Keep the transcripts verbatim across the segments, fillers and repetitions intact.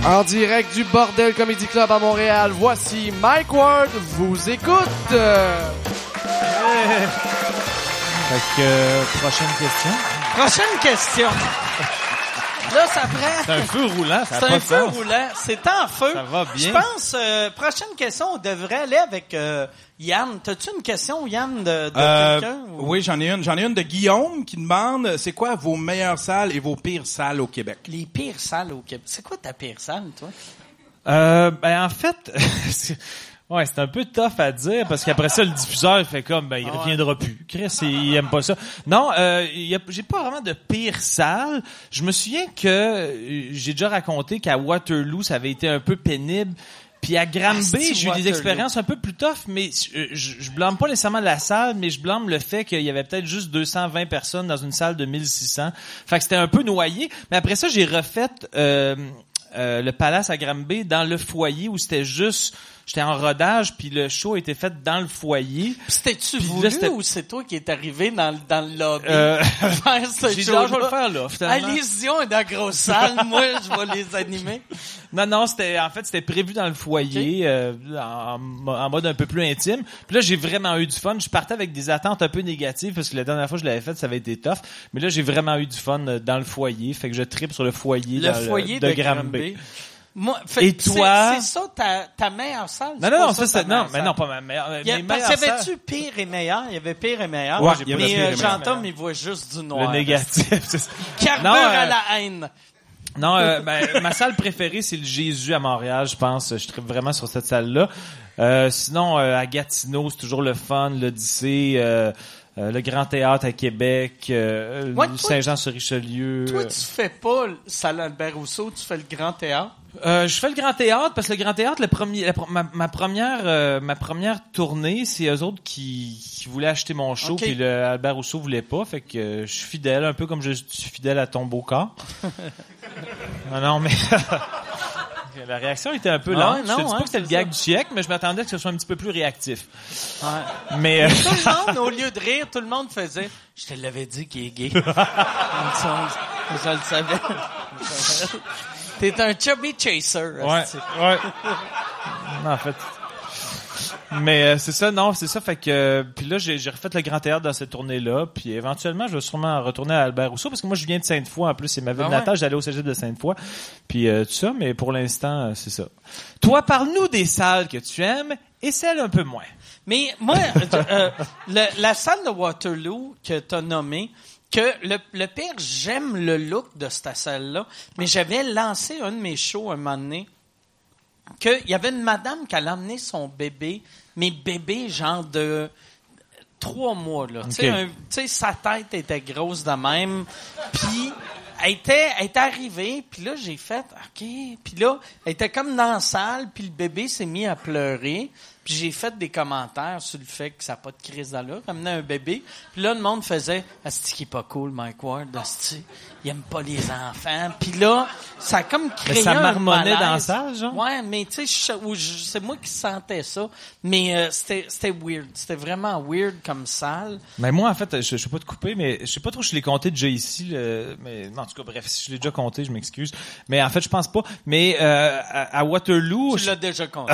En direct du Bordel Comedy Club à Montréal, voici Mike Ward vous écoute. Euh... Ouais. Fait que, euh, prochaine question. Prochaine question. Là, ça prend... C'est un feu roulant, ça a C'est pas un de feu sens. roulant. C'est en feu. Ça va bien. Je pense, euh, prochaine question, on devrait aller avec euh, Yann. T'as-tu une question, Yann, de, de Euh, quelqu'un? Ou... Oui, j'en ai une. J'en ai une de Guillaume qui demande c'est quoi vos meilleures salles et vos pires salles au Québec? Les pires salles au Québec. C'est quoi ta pire salle, toi? Euh, ben, en fait, c'est, ouais, c'est un peu tough à dire parce qu'après ça, le diffuseur, il fait comme, ben, il Ah ouais. reviendra plus. Chris, il, il aime pas ça. Non, euh, il y a, j'ai pas vraiment de pire salle. Je me souviens que euh, j'ai déjà raconté qu'à Waterloo, ça avait été un peu pénible. Puis à Granby, Asti, j'ai eu des Waterloo. expériences un peu plus tough, mais je, je, je blâme pas nécessairement la salle, mais je blâme le fait qu'il y avait peut-être juste deux cent vingt personnes dans une salle de mille six cents. Fait que c'était un peu noyé. Mais après ça, j'ai refait euh, euh, le Palace à Granby dans le foyer où c'était juste... J'étais en rodage, puis le show a été fait dans le foyer. Puis c'était-tu Puis là, voulu c'était- ou c'est toi qui est arrivé dans, le- dans le lobby? Euh, faire ce j'ai dit, show-là? ah, je vais le faire là, finalement. Alice Dion est dans la grosse salle. Moi, je vais les animer. Non, non, c'était en fait c'était prévu dans le foyer, Okay. euh, en, en mode un peu plus intime. Puis là, j'ai vraiment eu du fun. Je partais avec des attentes un peu négatives parce que la dernière fois que je l'avais fait, ça avait été tough. Mais là, j'ai vraiment eu du fun euh, dans le foyer. Fait que je tripe sur le foyer, Le dans foyer le, de, de Granby. Granby. Moi, fait, Et c'est- toi? C'est ça ta, ta meilleure salle? Non, C'est non, pas non, ça, ta c'est, non, meilleure mais salle? non, pas ma meilleure. Il y a, mes parce meilleures qu'il y avait-tu salles. pire et meilleur? Il y avait pire et meilleur. Ouais, il y avait mais pire et euh, meilleur. Jean-Tom, il voit juste du noir. Le négatif. c'est ça. Carbure Non, euh, à la haine. Non, euh, ben, ma salle préférée, c'est le Jésus à Montréal, je pense. Je tripe vraiment sur cette salle-là. Euh, sinon, euh, à Gatineau, c'est toujours le fun, l'Odyssée, euh, euh, le Grand Théâtre à Québec, euh, Ouais, le toi, Saint-Jean-sur-Richelieu. Toi, tu fais pas le salle Albert Rousseau, tu fais le Grand Théâtre. Euh, je fais le Grand Théâtre parce que le Grand Théâtre, le premier, la pro- ma, ma première, euh, ma première tournée, c'est eux autres qui, qui voulaient acheter mon show, Ok. puis le Albert Rousseau voulait pas, fait que euh, je suis fidèle, un peu comme je suis fidèle à ton beau corps. non, non, mais la réaction était un peu Ah lente. ouais, je non, te dis hein, pas que c'était le c'est gag ça. du siècle, mais je m'attendais à ce que ce soit un petit peu plus réactif. Ouais. Mais euh, Tout le monde, au lieu de rire, tout le monde faisait « Je te l'avais dit qu'il est gay. » Je le savais. T'es un chubby chaser. ouais, asti. ouais. Non, en fait. Mais euh, c'est ça, non, c'est ça. Fait que euh, puis là, j'ai, j'ai refait le Grand Théâtre dans cette tournée-là. Puis éventuellement, je vais sûrement retourner à Albert Rousseau parce que moi, je viens de Sainte-Foy. En plus, c'est ma ville Ah ouais? natale. J'allais au cégep de Sainte-Foy. Puis euh, tout ça. Mais pour l'instant, euh, c'est ça. Toi, parle-nous des salles que tu aimes et celles un peu moins. Mais moi, euh, le- la salle de Waterloo que t'as nommée, que le, le pire, j'aime le look de cette salle-là, mais j'avais lancé un de mes shows un moment donné, qu'il y avait une madame qui allait emmener son bébé, mais bébé genre de trois mois, là. Tu sais, Ok. un- tu sais, sa tête était grosse de même, puis elle était, elle était arrivée, puis là, j'ai fait, OK, puis là, elle était comme dans la salle, puis le bébé s'est mis à pleurer, puis j'ai fait des commentaires sur le fait que ça n'a pas de crise d'allure, ramener un bébé, puis là, le monde faisait, Asti qui est pas cool, Mike Ward, Asti, il aime pas les enfants, puis là, ça a comme créé Mais ça un marmonnait malaise. dans la salle, genre? Ouais, mais tu sais, je- ou je- c'est moi qui sentais ça, mais euh, c'était c'était weird, c'était vraiment weird comme salle. Mais moi, en fait, je, je sais pas te couper, mais je sais pas trop si je l'ai compté déjà ici, le, mais non, en tout cas, bref, si je l'ai déjà compté, je m'excuse. Mais en fait, je pense pas. Mais euh, à, à Waterloo, Tu je- l'as déjà compté.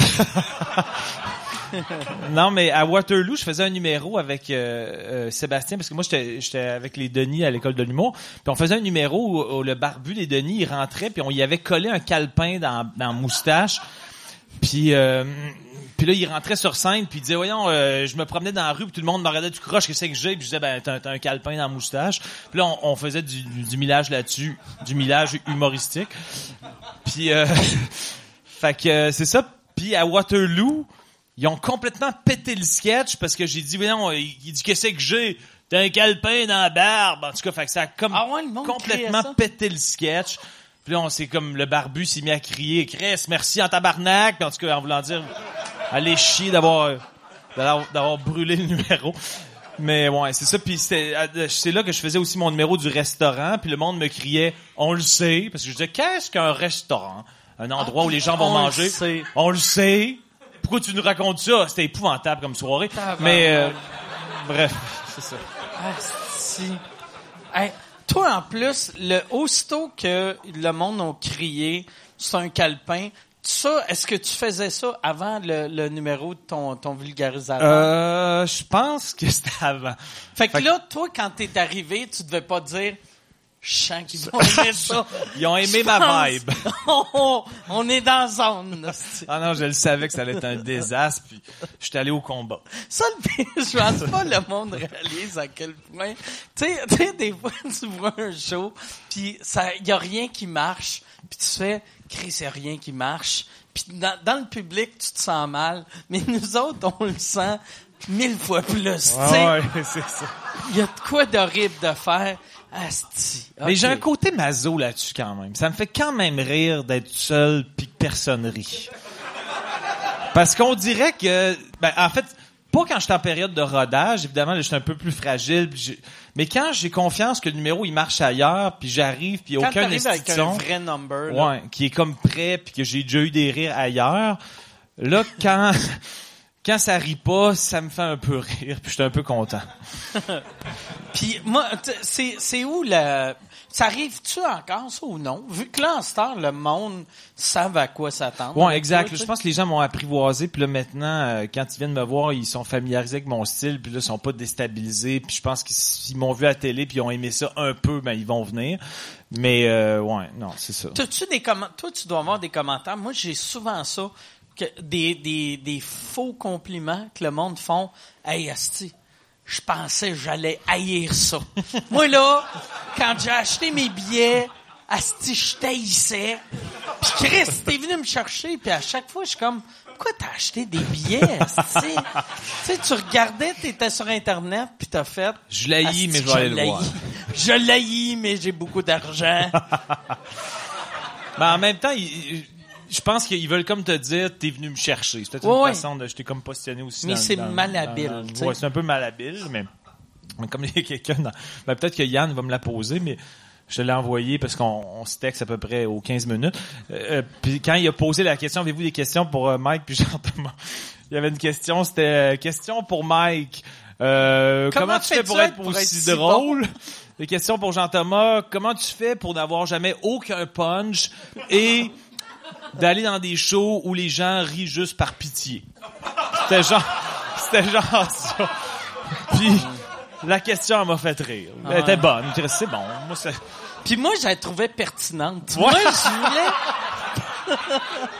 non, mais à Waterloo, je faisais un numéro avec euh, euh, Sébastien, parce que moi, j'étais j'étais avec les Denis à l'école de l'humour, puis on faisait un numéro où, où le barbu des Denis, il rentrait, puis on y avait collé un calepin dans, dans la moustache, puis... Euh, puis là, il rentrait sur scène, puis il disait, voyons, euh, je me promenais dans la rue, puis tout le monde me regardait du croche, qu'est-ce que j'ai? Puis je disais, ben, t'as, t'as un calepin dans la moustache. Puis là, on, on faisait du, du, du millage là-dessus, du millage humoristique. Puis, euh, fait que euh, c'est ça. Puis à Waterloo, ils ont complètement pété le sketch parce que j'ai dit, voyons, il, il dit, qu'est-ce que j'ai? T'as un calepin dans la barbe. En tout cas, fait que ça a comme Ah ouais, le monde criait complètement ça? pété le sketch. Puis là, on s'est comme, le barbu s'est mis à crier, Chris, merci en tabarnak. Puis en tout cas, en voulant dire, allez chier d'avoir, d'avoir, d'avoir brûlé le numéro. Mais ouais, c'est ça. Puis c'était, c'est là que je faisais aussi mon numéro du restaurant. Puis le monde me criait, on le sait. Parce que je disais, qu'est-ce qu'un restaurant? Un endroit où les gens vont On le manger. sait. On le sait. Pourquoi tu nous racontes ça? C'était épouvantable comme soirée. Tabarnak. Mais, euh, bref, c'est ça. Asti. Hey, toi, en plus, le, aussitôt que le monde a crié c'est un calepin. Ça, est-ce que tu faisais ça avant le, le numéro de ton, ton vulgarisateur? Euh, je pense que c'était avant. Fait que fait là, toi, quand t'es arrivé, tu devais pas dire... Je sens qu'ils vont aimer ça. Ils ont aimé Je ma pense- vibe. on, on est dans la zone. Là, c'est- Ah non, je le savais que ça allait être un désastre, puis je suis allé au combat. Ça, le pire, je pense pas le monde réalise à quel point... Tu sais, tu sais, des fois, tu vois un show, puis ça, y a rien qui marche, puis tu fais... Chris, y a rien qui marche. Puis dans, dans le public, tu te sens mal, mais nous autres, on le sent mille fois plus. Tu sais, Ah ouais, c'est ça. il y a de quoi d'horrible de faire. Asti. Mais j'ai Ok. un côté maso là-dessus quand même. Ça me fait quand même rire d'être seul puis que personne rit. Parce qu'on dirait que... Ben, en fait, pas quand j'étais en période de rodage. Évidemment, là, j'étais un peu plus fragile. Puis j'ai- mais quand j'ai confiance que le numéro, il marche ailleurs, puis j'arrive, puis il n'y a Quand aucun t'arrives avec un institution... vrai number, là, Ouais, qui est comme prêt, puis que j'ai déjà eu des rires ailleurs. Là, quand... Quand ça rit pas, ça me fait un peu rire, puis je suis un peu content. puis moi, t- c'est, c'est où le... Ça arrive-tu encore, ça, ou non? Vu que là, en ce temps, le monde savent à quoi s'attendre. Ouais, avec exact. toi, Je pense que les gens m'ont apprivoisé, puis là maintenant, euh, quand ils viennent me voir, ils sont familiarisés avec mon style, puis là ils sont pas déstabilisés, puis je pense que s'ils m'ont vu à la télé, puis ils ont aimé ça un peu, ben ils vont venir. Mais euh, ouais, non, c'est ça. T'as-tu des commentaires? Toi, tu dois avoir des commentaires. Moi, j'ai souvent ça, que des, des, des faux compliments que le monde font. Hey, asti, je pensais que j'allais haïr ça. Moi, là, quand j'ai acheté mes billets, asti, je taillissais. Puis Chris, t'es venu me chercher, puis à chaque fois, je suis comme, pourquoi t'as acheté des billets, asti? Tu sais, tu regardais, t'étais sur Internet, puis t'as fait... Je l'haïs, Asti, mais je vais aller le l'haïs. voir. Je l'haïs, mais j'ai beaucoup d'argent. Mais en même temps, ils- je pense qu'ils veulent comme te dire, t'es venu me chercher. C'est peut-être Ouais, une ouais. façon de, je t'ai comme positionné aussi. Mais dans- c'est dans- malhabile, dans- tu sais. Ouais, c'est un peu malhabile, mais, mais comme il y a quelqu'un dans, ben peut-être que Yann va me la poser, mais je te l'ai envoyé parce qu'on on se texte à peu près aux quinze minutes. Euh, puis quand il a posé la question, avez-vous des questions pour euh, Mike puis Jean-Thomas? Il y avait une question, c'était euh, question pour Mike. Euh, Comment comment, tu fais fais-tu pour être pour aussi être si drôle? Des questions pour Jean-Thomas. Comment tu fais pour n'avoir jamais aucun punch et d'aller dans des shows où les gens rient juste par pitié? C'était genre, c'était genre ça. Puis la question elle m'a fait rire. Elle Ah ouais. était bonne. C'est bon. Moi, c'est... Puis moi, je la trouvais pertinente. Ouais. Moi, je voulais...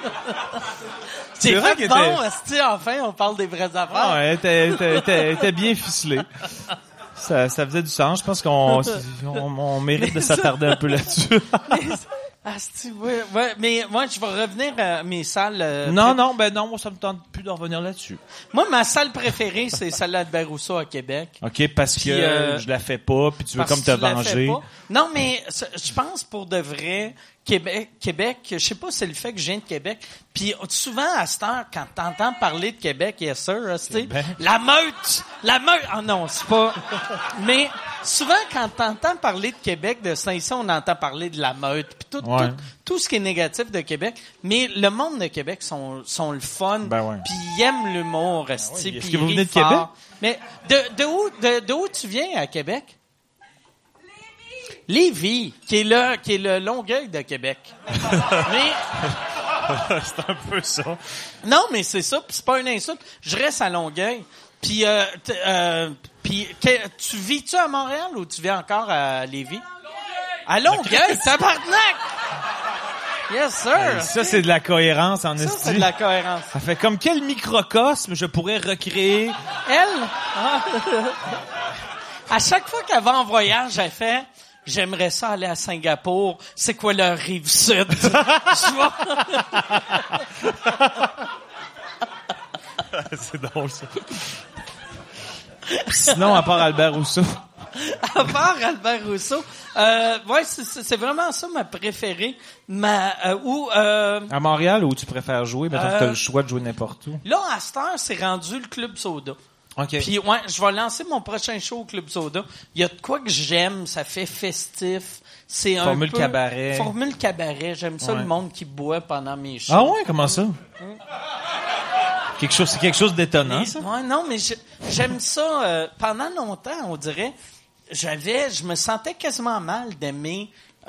C'est J'ai vrai fait qu'elle bon, était- esti, enfin, on parle des vraies affaires. Ah ouais, elle était, elle était- elle était- elle était bien ficelée. Ça, ça faisait du sens. Je pense qu'on on, on mérite de s'attarder un peu là-dessus. Asti, ouais, ouais, mais moi, je vais revenir à mes salles... euh, non, pré- non, ben non, moi, ça me tente plus de revenir là-dessus. Moi, ma salle préférée, c'est celle d'Albert Rousseau à Québec. OK, parce Puis, que euh, je la fais pas, puis tu veux Parce comme te que tu la fais venger. pas. Non, mais c'est- je pense pour de vrai, Québec, Québec, je sais pas, c'est le fait que je viens de Québec. Puis souvent, à cette heure, quand t'entends parler de Québec, yes sir, tu sais, Québec. la meute, la meute, ah non, c'est pas... Mais souvent, quand t'entends parler de Québec, de Saint-Ici, on entend parler de la meute, puis tout, Ouais. tout, tout ce qui est négatif de Québec. Mais le monde de Québec sont, sont le fun, Ben ouais. puis ils aiment l'humour, esti, oui. Est-ce puis que vous ils venez de rient fort. Québec? Mais de, de où, de, de où tu viens à Québec? Lévis, qui est le, qui est le Longueuil de Québec. mais, C'est un peu ça. non, mais c'est ça, pis c'est pas une insulte. Je reste à Longueuil. Puis, euh, t- euh, puis, que- tu vis-tu à Montréal ou tu vis encore à Lévis? À Longueuil, tabarnak! Yes, sir! Ça, c'est de la cohérence en Ça, esti. c'est de la cohérence. Ça fait comme quel microcosme je pourrais recréer. Elle, ah, à chaque fois qu'elle va en voyage, elle fait... J'aimerais ça aller à Singapour. C'est quoi leur rive sud? Je vois. C'est drôle, ça. Sinon, à part Albert Rousseau. À part Albert Rousseau, euh, ouais, c'est, c'est c'est vraiment ça ma préférée. Ma euh, ou euh, À Montréal, où tu préfères jouer? Mettons Euh, que t'as le choix de jouer n'importe où. là à cette heure, c'est rendu le Club Soda. OK. Puis ouais, je vais lancer mon prochain show au Club Soda. Il y a de quoi que j'aime, ça fait festif. C'est un Formule peu cabaret. Formule cabaret. J'aime ça Ouais. le monde qui boit pendant mes shows. Ah ouais, comment ça? Quelque chose, c'est quelque chose d'étonnant, ça? Ouais, non, mais je- j'aime ça. euh, pendant longtemps, on dirait, j'avais, je me sentais quasiment mal d'aimer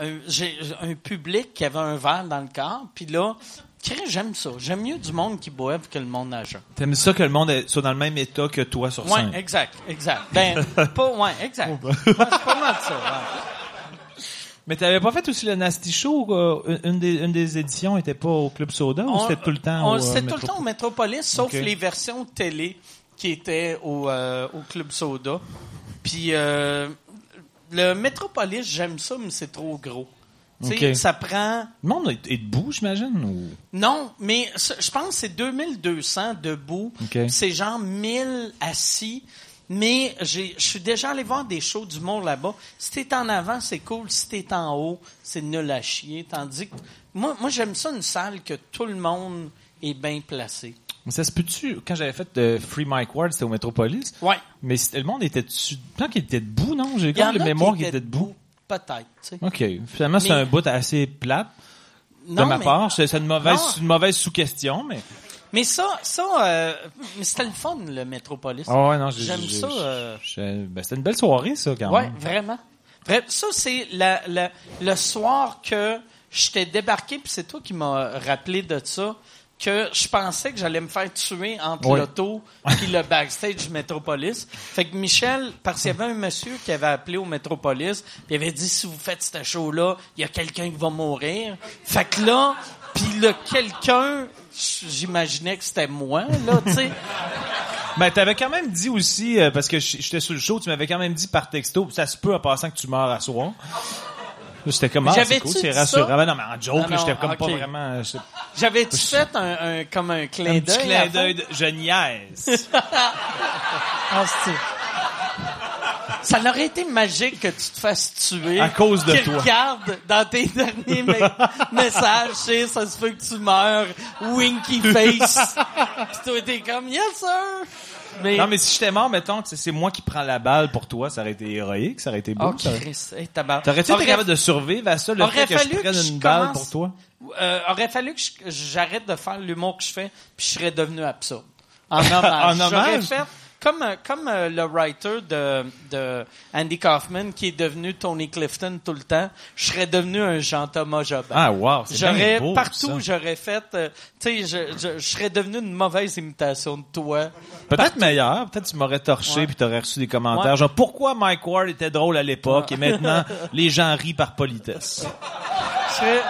un, j'ai un public qui avait un verre dans le corps, puis là, j'aime ça. J'aime mieux du monde qui boive que le monde à jeun. T'aimes ça que le monde soit dans le même état que toi sur scène? Ouais, exact, exact. Ben, pas, ouais, exact. Ouais, c'est pas mal ça, ouais. Mais t'avais pas fait aussi le Nasty Show? Euh, une, des, une des éditions était pas au Club Soda on, ou c'était tout le temps on, au C'était euh, tout le temps au Metropolis, sauf okay. les versions télé qui étaient au, euh, au Club Soda. Puis euh, le Metropolis, j'aime ça, mais c'est trop gros. Tu okay. sais, ça prend... Le monde est debout, j'imagine? Ou... Non, mais je pense que c'est deux mille deux cents debout. Okay. C'est genre mille assis. Mais j'ai, je suis déjà allé voir des shows d'humour là-bas. Si t'es en avant, c'est cool. Si t'es en haut, c'est nul à chier. Tandis que moi, moi j'aime ça une salle que tout le monde est bien placé. Mais ça se peut-tu, quand j'avais fait de Free Mike Ward, c'était au Metropolis. Ouais. Mais le monde était dessus. Tant qu'il était debout, non? J'ai quand même le mémoire qu'il était debout. Peut-être, tu sais. OK. Finalement, mais... c'est un bout assez plate. Non, de ma mais... part. C'est, c'est une mauvaise, une mauvaise sous-question, mais. Mais ça, ça, euh, mais c'était le fun, le Metropolis. Ah ouais, non, j'ai, j'aime j'ai, ça. Euh... J'ai, ben, c'était une belle soirée, ça, quand ouais, même. Ouais, vraiment. Bref, ça, c'est la, la, le soir que j'étais débarqué, puis c'est toi qui m'as rappelé de ça, que je pensais que j'allais me faire tuer entre ouais. l'auto et le backstage du Metropolis. Fait que Michel, parce qu'il y avait un monsieur qui avait appelé au Metropolis, puis il avait dit, si vous faites ce show-là, il y a quelqu'un qui va mourir. Fait que là, puis le quelqu'un, j'imaginais que c'était moi, là, tu sais. Ben, t'avais quand même dit aussi, euh, parce que j'étais sur le show, tu m'avais quand même dit par texto, ça se peut en passant que tu meurs à soir. J'étais comme, ah, c'est cool, c'est rassurant. Ben non, mais en joke, non, non, là, j'étais comme okay. pas vraiment... J'étais... J'avais-tu fait un, un, comme un clin un d'œil? Un petit clin d'œil, de... je niaise. Ah, c'est... Ça aurait été magique que tu te fasses tuer. À cause de qu'il toi. Regarde dans tes derniers me- messages, c'est ça se peut que tu meurs, winky face. Pis toi, t'es comme, yes, sir! Mais... Non, mais si j'étais mort, mettons que c'est moi qui prends la balle pour toi, ça aurait été héroïque, ça aurait été beau. Oh, Chris, hey, tabarnak. T'aurais-tu été capable de survivre à ça, le fait que je prenne une que balle commence... pour toi? Euh, aurait fallu que je, j'arrête de faire l'humour que je fais, puis je serais devenu absurde. En hommage. En hommage? J'aurais fait... Comme, comme euh, le writer de, de Andy Kaufman qui est devenu Tony Clifton tout le temps, je serais devenu un Jean-Thomas Jobin. Ah, wow, c'est j'aurais, bien beau, partout, ça. j'aurais fait, euh, tu sais, je, je, je serais devenu une mauvaise imitation de toi. Peut-être partout. Meilleur, peut-être tu m'aurais torché Ouais. puis t'aurais reçu des commentaires Ouais. genre pourquoi Mike Ward était drôle à l'époque ouais. et maintenant les gens rient par politesse. Je serais,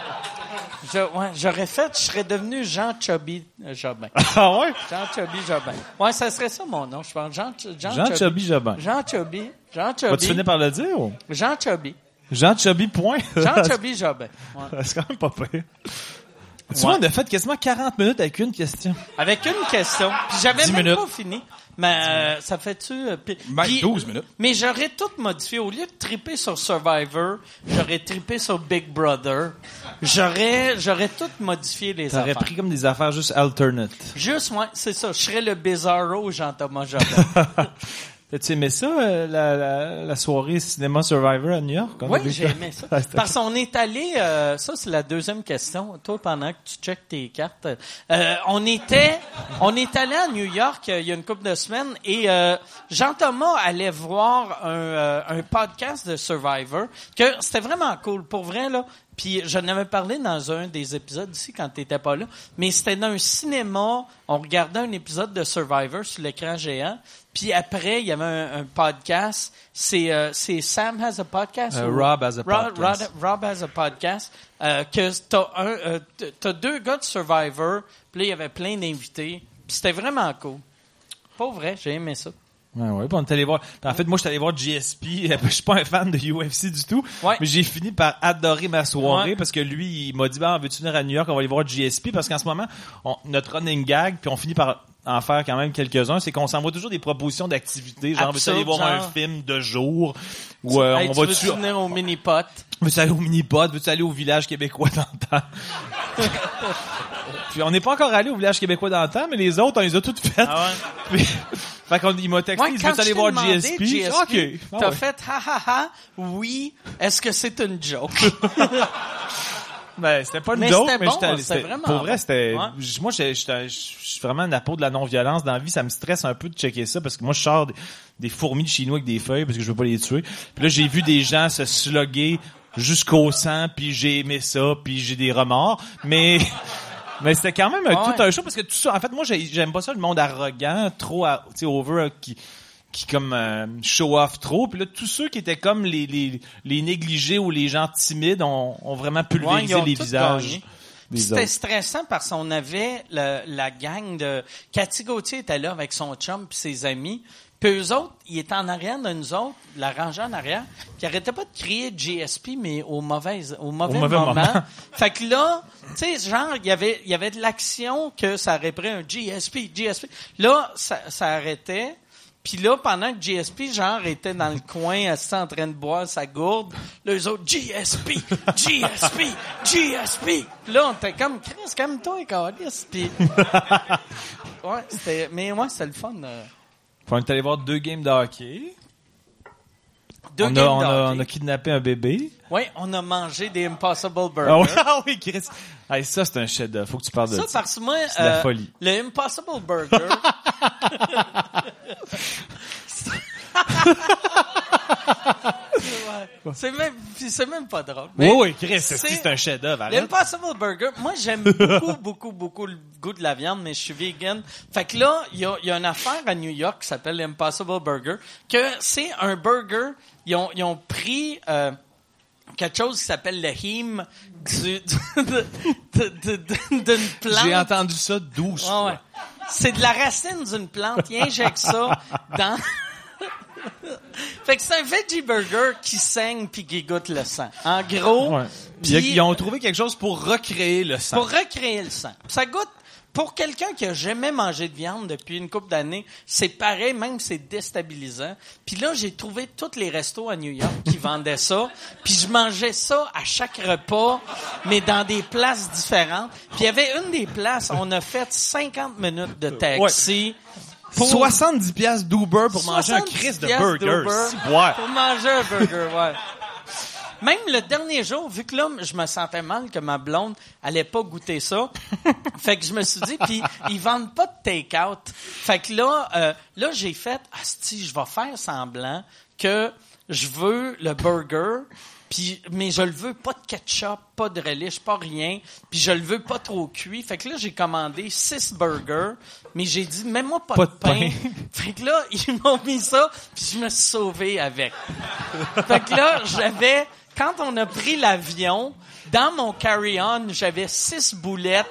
je, ouais, j'aurais fait, je serais devenu Jean Chubby Jobin. Ah ouais? Jean Chubby Jobin. Ouais, ça serait ça mon nom, je pense. Jean, Jean, Jean Chubby. Chubby Jobin. Jean Chubby. Jean Chubby. Vas-tu finir par le dire ou? Jean Chubby. Jean Chubby, point. Jean Chubby Jobin. Ouais. C'est quand même pas pire. Tu Ouais. vois, on a fait quasiment quarante minutes avec une question. Avec une question. Puis j'avais dix même minutes. pas fini. Mais euh, ça fait-tu... Euh, puis, Ben, puis- douze minutes. Mais j'aurais tout modifié. Au lieu de triper sur Survivor, j'aurais trippé sur Big Brother. J'aurais j'aurais tout modifié les T'aurais affaires. pris comme des affaires juste alternate. Juste, ouais, c'est ça. Je serais le Bizarro Jean-Thomas Jobin. T'as-tu aimé ça, euh, la, la, la soirée Cinéma Survivor à New York? On a Oui, vu j'ai aimé ça. Parce qu'on est allé, euh, ça c'est la deuxième question. Toi, pendant que tu checkes tes cartes, euh, on était, on est allé à New York euh, il y a une couple de semaines et euh, Jean-Thomas allait voir un, euh, un podcast de Survivor que c'était vraiment cool, pour vrai là. Puis j'en avais parlé dans un des épisodes ici quand t'étais pas là, mais c'était dans un cinéma. On regardait un épisode de Survivor sur l'écran géant. Puis après, il y avait un, un podcast. C'est, euh, c'est Sam has a podcast. Euh, ou- Rob has a Rob, podcast. Rob, Rob has a podcast. Euh, que t'as un, euh, t'as deux gars de Survivor. Puis là, il y avait plein d'invités. Puis c'était vraiment cool. Pas vrai, j'ai aimé ça. Ouais, ouais, puis on est allé voir. En fait, moi, je suis allé voir G S P. Je suis pas un fan de U F C du tout. Ouais. Mais j'ai fini par adorer ma soirée Ouais. parce que lui, il m'a dit, bah, veux-tu venir à New York? On va aller voir G S P parce qu'en ce moment, on, notre running gag, puis on finit par en faire quand même quelques-uns, c'est qu'on s'envoie toujours des propositions d'activités. Genre, veux-tu aller voir Absurde, un genre. film de jour? Ou, euh, Hey, on tu va veux-tu tu venir au mini-pot? veux-tu aller au mini-pod? Veux-tu aller au village québécois d'antan? Puis on n'est pas encore allé au village québécois d'antan, mais les autres, on les a toutes faites. Ah ouais? Puis, fait qu'on, il m'a texté, Ouais, il dit, quand veux-tu aller je t'ai voir demandé G S P? G S P, OK. Ah t'as ouais. fait ha ha ha, oui, est-ce que c'est une joke? Ben, c'était pas une Mais joke, c'était mais bon, j'étais, c'était vraiment pour vrai, bon. c'était, Ouais. j- moi, j'ai- j'étais- je suis vraiment un apôtre de la non-violence dans la vie. Ça me stresse un peu de checker ça parce que moi, je sors des, des fourmis de chez nous avec des feuilles parce que je veux pas les tuer. Puis là, j'ai vu des gens se slugger jusqu'au sang, puis j'ai aimé ça, puis j'ai des remords, mais mais c'était quand même un, ouais. tout un show parce que tout ça, en fait, moi j'ai, j'aime pas ça le monde arrogant, trop, tu sais, over, qui qui comme euh, show off trop, puis là tous ceux qui étaient comme les les les négligés ou les gens timides ont, ont vraiment pulvérisé Ouais, les visages. Gagné. des C'était autres. stressant parce qu'on avait le, la gang de... Cathy Gauthier était là avec son chum puis ses amis. Puis eux autres, ils étaient en arrière de nous autres, la rangée en arrière, qui arrêtaient pas de crier G S P, mais au mauvais, au mauvais, Au mauvais moment. moment. Fait que là, tu sais, genre, il y avait, il y avait de l'action que ça aurait pris un G S P, G S P. Là, ça, ça arrêtait. Puis là, pendant que G S P, genre, était dans le coin, assis en train de boire sa gourde, là, eux autres, G S P, G S P, G S P. Puis là, on était comme, Chris, calme-toi, câlisse. Puis, ouais, c'était, mais ouais, c'était le fun. Euh. On est allé voir deux games de hockey. Deux on, games a, on, de a, hockey. on a kidnappé un bébé. Oui, on a mangé des Impossible Burgers. Ah oui, ah oui, Chris. Hey, ça, c'est un chef-d'œuvre. Faut que tu parles de Ça, ça. parce que moi, C'est de la euh, folie. le Impossible Burger... Ouais. C'est même, puis c'est même pas drôle. Oui, Mais oui, Chris, c'est, c'est- c'est un chef-d'œuvre. Arrête. L'Impossible Burger, moi, j'aime beaucoup, beaucoup, beaucoup le goût de la viande, mais je suis vegan. Fait que là, il y a, il y a une affaire à New York qui s'appelle l'Impossible Burger, que c'est un burger, ils ont, ils ont pris... Euh, quelque chose qui s'appelle le heme du, du- de, de, de, de- d'une plante. J'ai entendu ça douze Ouais, fois. ouais. C'est de la racine d'une plante. Ils injectent ça dans... Fait que c'est un veggie burger qui saigne puis qui goûte le sang. En gros, Ouais. puis Ils, ils ont trouvé quelque chose pour recréer le sang. pour recréer le sang. Ça goûte... Pour quelqu'un qui a jamais mangé de viande depuis une couple d'années, c'est pareil, même c'est déstabilisant. Puis là, j'ai trouvé tous les restos à New York qui vendaient ça. Puis je mangeais ça à chaque repas, mais dans des places différentes. Puis il y avait une des places, on a fait cinquante minutes de taxi. Pour soixante-dix piastres d'Uber pour manger un soixante-dix Chris de piastres burger. d'Uber Si, ouais. Pour manger un burger, ouais. Même le dernier jour, vu que là, je me sentais mal que ma blonde allait pas goûter ça, fait que je me suis dit, puis ils vendent pas de take-out. Fait que là, euh, là j'ai fait, asti, je vais faire semblant que je veux le burger, puis mais je le veux pas de ketchup, pas de relish, pas rien, puis je le veux pas trop cuit. Fait que là, j'ai commandé six burgers, mais j'ai dit, mets-moi pas, Pas de de pain. pain. Fait que là, ils m'ont mis ça, puis je me suis sauvé avec. Fait que là, j'avais... Quand on a pris l'avion, dans mon carry-on, j'avais six boulettes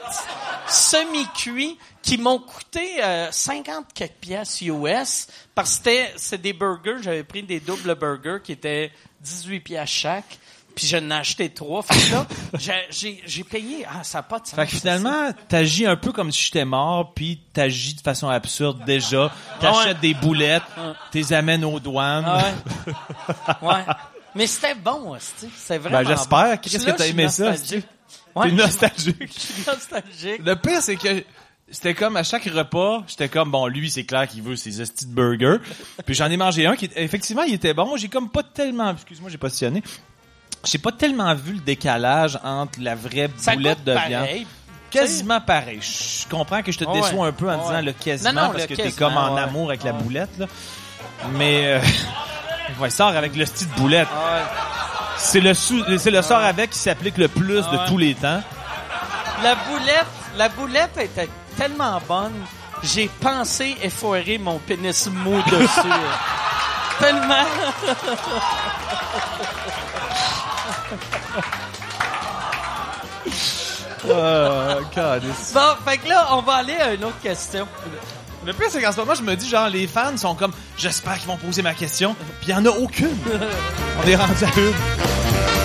semi-cuits qui m'ont coûté euh, cinquante quelques piastres U S parce que c'était c'est des burgers, j'avais pris des doubles burgers qui étaient dix-huit piastres chaque, puis j'en ai acheté trois. Fait que là, j'ai, j'ai, j'ai payé... Ah, ça n'a pas de sens. Fait que finalement, t'agis un peu comme si j'étais mort, puis t'agis de façon absurde déjà. T'achètes Ouais. des boulettes, t'es amènes aux douanes. Ah ouais. Ouais. Mais c'était bon, c'est c'était vraiment Ben, j'espère. bon. Qu'est-ce Là, que t'as je suis aimé ça, nostalgique. T'es Ouais, nostalgique. je suis nostalgique. Le pire, c'est que c'était comme à chaque repas, j'étais comme, bon, lui, c'est clair qu'il veut ses estis de burgers. Puis j'en ai mangé un qui, effectivement, il était bon. Moi, j'ai comme pas tellement, excuse-moi, j'ai positionné. J'ai pas tellement vu le décalage entre la vraie Ça boulette goûte de pareil. viande. Quasiment pareil. Je comprends que je te Ouais. déçois un peu en Ouais. disant le quasiment Non, non, parce le que t'es quasiment, comme en ouais. amour avec la Ouais. boulette, là. Mais, euh, ouais, il sort avec le style de boulette. Ouais. C'est le sou- c'est le sort avec qui s'applique le plus Ouais. de tous les temps. La boulette, la boulette était tellement bonne, j'ai pensé effoirer mon pénis mou dessus. Tellement. Oh, Bon, fait que là, on va aller à une autre question. Le pire, c'est qu'en ce moment, je me dis, genre, les fans sont comme, j'espère qu'ils vont poser ma question, puis il n'y en a aucune. On est rendu à une.